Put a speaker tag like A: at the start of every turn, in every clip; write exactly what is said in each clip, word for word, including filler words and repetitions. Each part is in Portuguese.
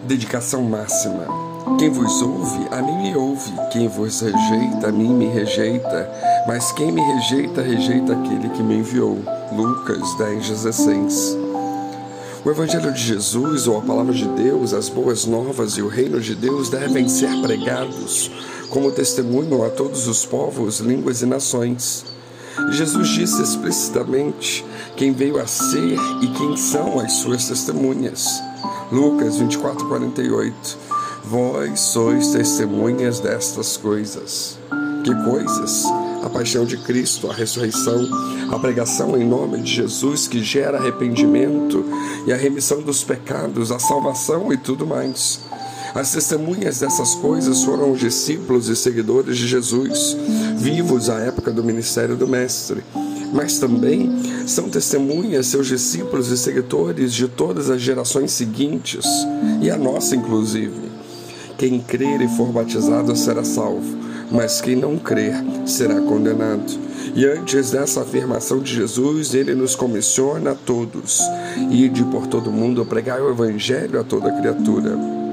A: Dedicação máxima. Quem vos ouve, a mim me ouve. Quem vos rejeita, a mim me rejeita. Mas quem me rejeita, rejeita aquele que me enviou. Lucas dez, dezesseis. O Evangelho de Jesus, ou a Palavra de Deus, as boas novas e o reino de Deus devem ser pregados como testemunho a todos os povos, línguas e nações. Jesus disse explicitamente quem veio a ser e quem são as suas testemunhas. Lucas vinte e quatro, quarenta e oito. Vós sois testemunhas destas coisas. Que coisas? A paixão de Cristo, a ressurreição, a pregação em nome de Jesus que gera arrependimento e a remissão dos pecados, a salvação e tudo mais. As testemunhas dessas coisas foram os discípulos e seguidores de Jesus, vivos à época do ministério do Mestre. Mas também são testemunhas seus discípulos e seguidores de todas as gerações seguintes, e a nossa inclusive. Quem crer e for batizado será salvo, mas quem não crer será condenado. E antes dessa afirmação de Jesus, ele nos comissiona a todos: ide por todo mundo pregar o Evangelho a toda criatura.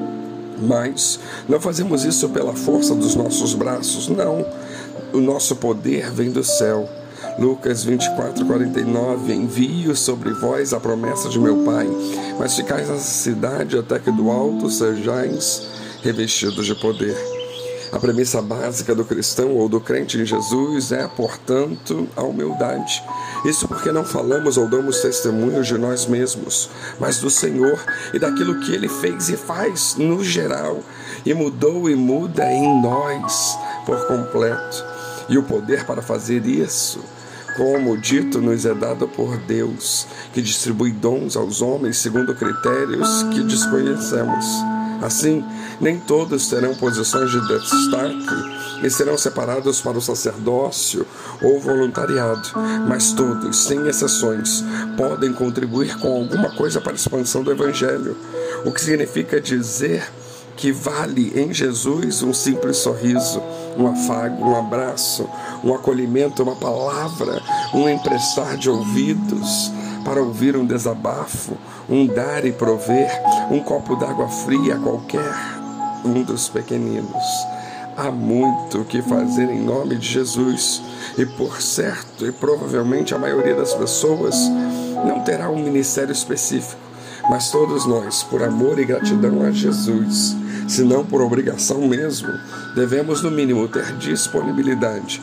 A: Mas não fazemos isso pela força dos nossos braços, não. O nosso poder vem do céu. Lucas vinte e quatro, quarenta e nove. Envio sobre vós a promessa de meu Pai, mas ficais nessa cidade até que do alto sejais revestidos de poder. A premissa básica do cristão ou do crente em Jesus é, portanto, a humildade. Isso porque não falamos ou damos testemunhos de nós mesmos, mas do Senhor e daquilo que Ele fez e faz no geral, e mudou e muda em nós por completo. E o poder para fazer isso, como dito, nos é dado por Deus, que distribui dons aos homens segundo critérios que desconhecemos. Assim, nem todos terão posições de destaque e serão separados para o sacerdócio ou voluntariado, mas todos, sem exceções, podem contribuir com alguma coisa para a expansão do Evangelho, o que significa dizer que vale em Jesus um simples sorriso, um afago, um abraço, um acolhimento, uma palavra, um emprestar de ouvidos para ouvir um desabafo, um dar e prover, um copo d'água fria a qualquer um dos pequeninos. Há muito o que fazer em nome de Jesus, e por certo, e provavelmente a maioria das pessoas não terá um ministério específico, mas todos nós, por amor e gratidão a Jesus, se não por obrigação mesmo, devemos no mínimo ter disponibilidade,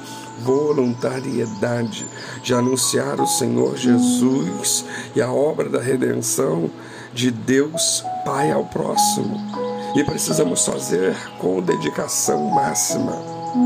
A: voluntariedade de anunciar o Senhor Jesus e a obra da redenção de Deus Pai ao próximo. E precisamos fazer com dedicação máxima.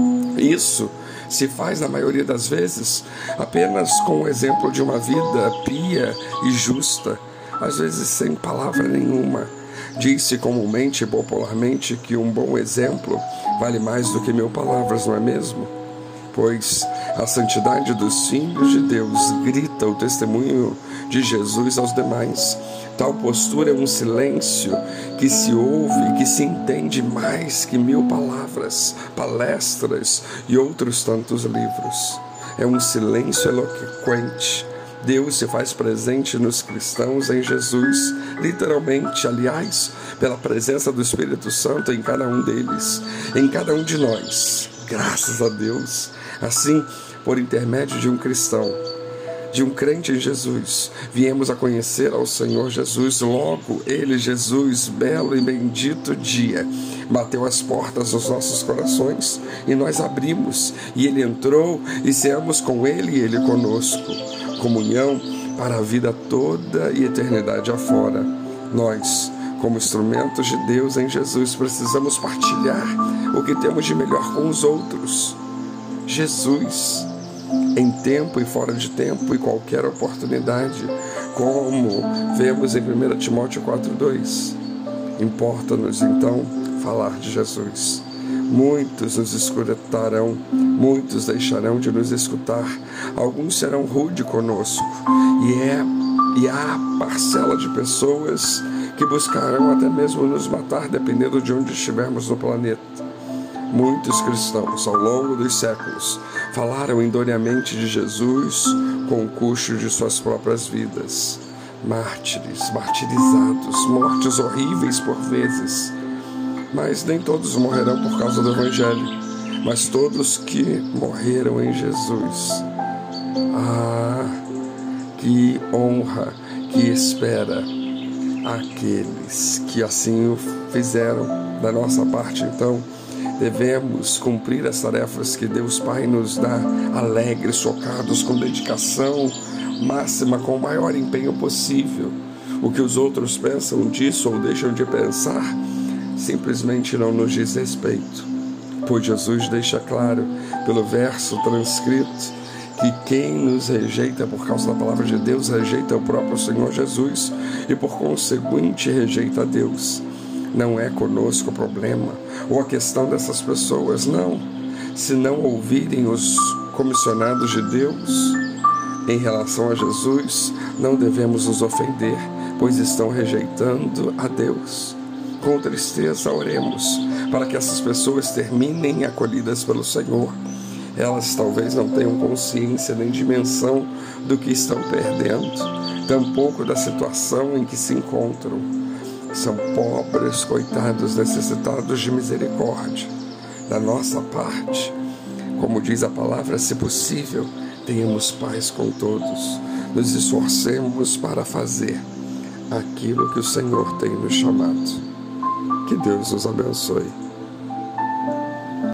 A: Isso se faz, na maioria das vezes, apenas com o exemplo de uma vida pia e justa, às vezes sem palavra nenhuma. Diz-se comumente e popularmente que um bom exemplo vale mais do que mil palavras, não é mesmo? Pois a santidade dos filhos de Deus grita o testemunho de Jesus aos demais. Tal postura é um silêncio que se ouve e que se entende mais que mil palavras, palestras e outros tantos livros. É um silêncio eloquente. Deus se faz presente nos cristãos em Jesus, literalmente, aliás, pela presença do Espírito Santo em cada um deles, em cada um de nós. Graças a Deus. Assim, por intermédio de um cristão, de um crente em Jesus, viemos a conhecer ao Senhor Jesus. Logo, Ele, Jesus, belo e bendito dia, bateu as portas dos nossos corações e nós abrimos, e Ele entrou e ceamos com Ele e Ele conosco. Comunhão para a vida toda e eternidade afora. Nós, como instrumentos de Deus em Jesus, precisamos partilhar o que temos de melhor com os outros. Jesus, em tempo e fora de tempo e qualquer oportunidade, como vemos em primeira Timóteo quatro, dois. Importa-nos, então, falar de Jesus. Muitos nos escutarão, muitos deixarão de nos escutar, alguns serão rude conosco, e, é, e há parcela de pessoas que buscarão até mesmo nos matar, dependendo de onde estivermos no planeta. Muitos cristãos, ao longo dos séculos, falaram endoramente de Jesus com o custo de suas próprias vidas. mártires, martirizados, mortes horríveis por vezes, mas nem todos morrerão por causa do Evangelho, mas todos que morreram em Jesus. Ah, que honra, que espera aqueles que assim o fizeram. Da nossa parte, então, devemos cumprir as tarefas que Deus Pai nos dá, alegres, chocados, com dedicação máxima, com o maior empenho possível. O que os outros pensam disso ou deixam de pensar simplesmente não nos diz respeito, pois Jesus deixa claro, pelo verso transcrito, que quem nos rejeita por causa da palavra de Deus, rejeita o próprio Senhor Jesus e, por conseguinte, rejeita a Deus. Não é conosco o problema ou a questão dessas pessoas, não. Se não ouvirem os comissionados de Deus em relação a Jesus, não devemos nos ofender, pois estão rejeitando a Deus. Com tristeza, oremos para que essas pessoas terminem acolhidas pelo Senhor. Elas talvez não tenham consciência nem dimensão do que estão perdendo, tampouco da situação em que se encontram. São pobres, coitados, necessitados de misericórdia. Da nossa parte, como diz a palavra, se possível, tenhamos paz com todos. Nos esforcemos para fazer aquilo que o Senhor tem nos chamado. Que Deus nos abençoe.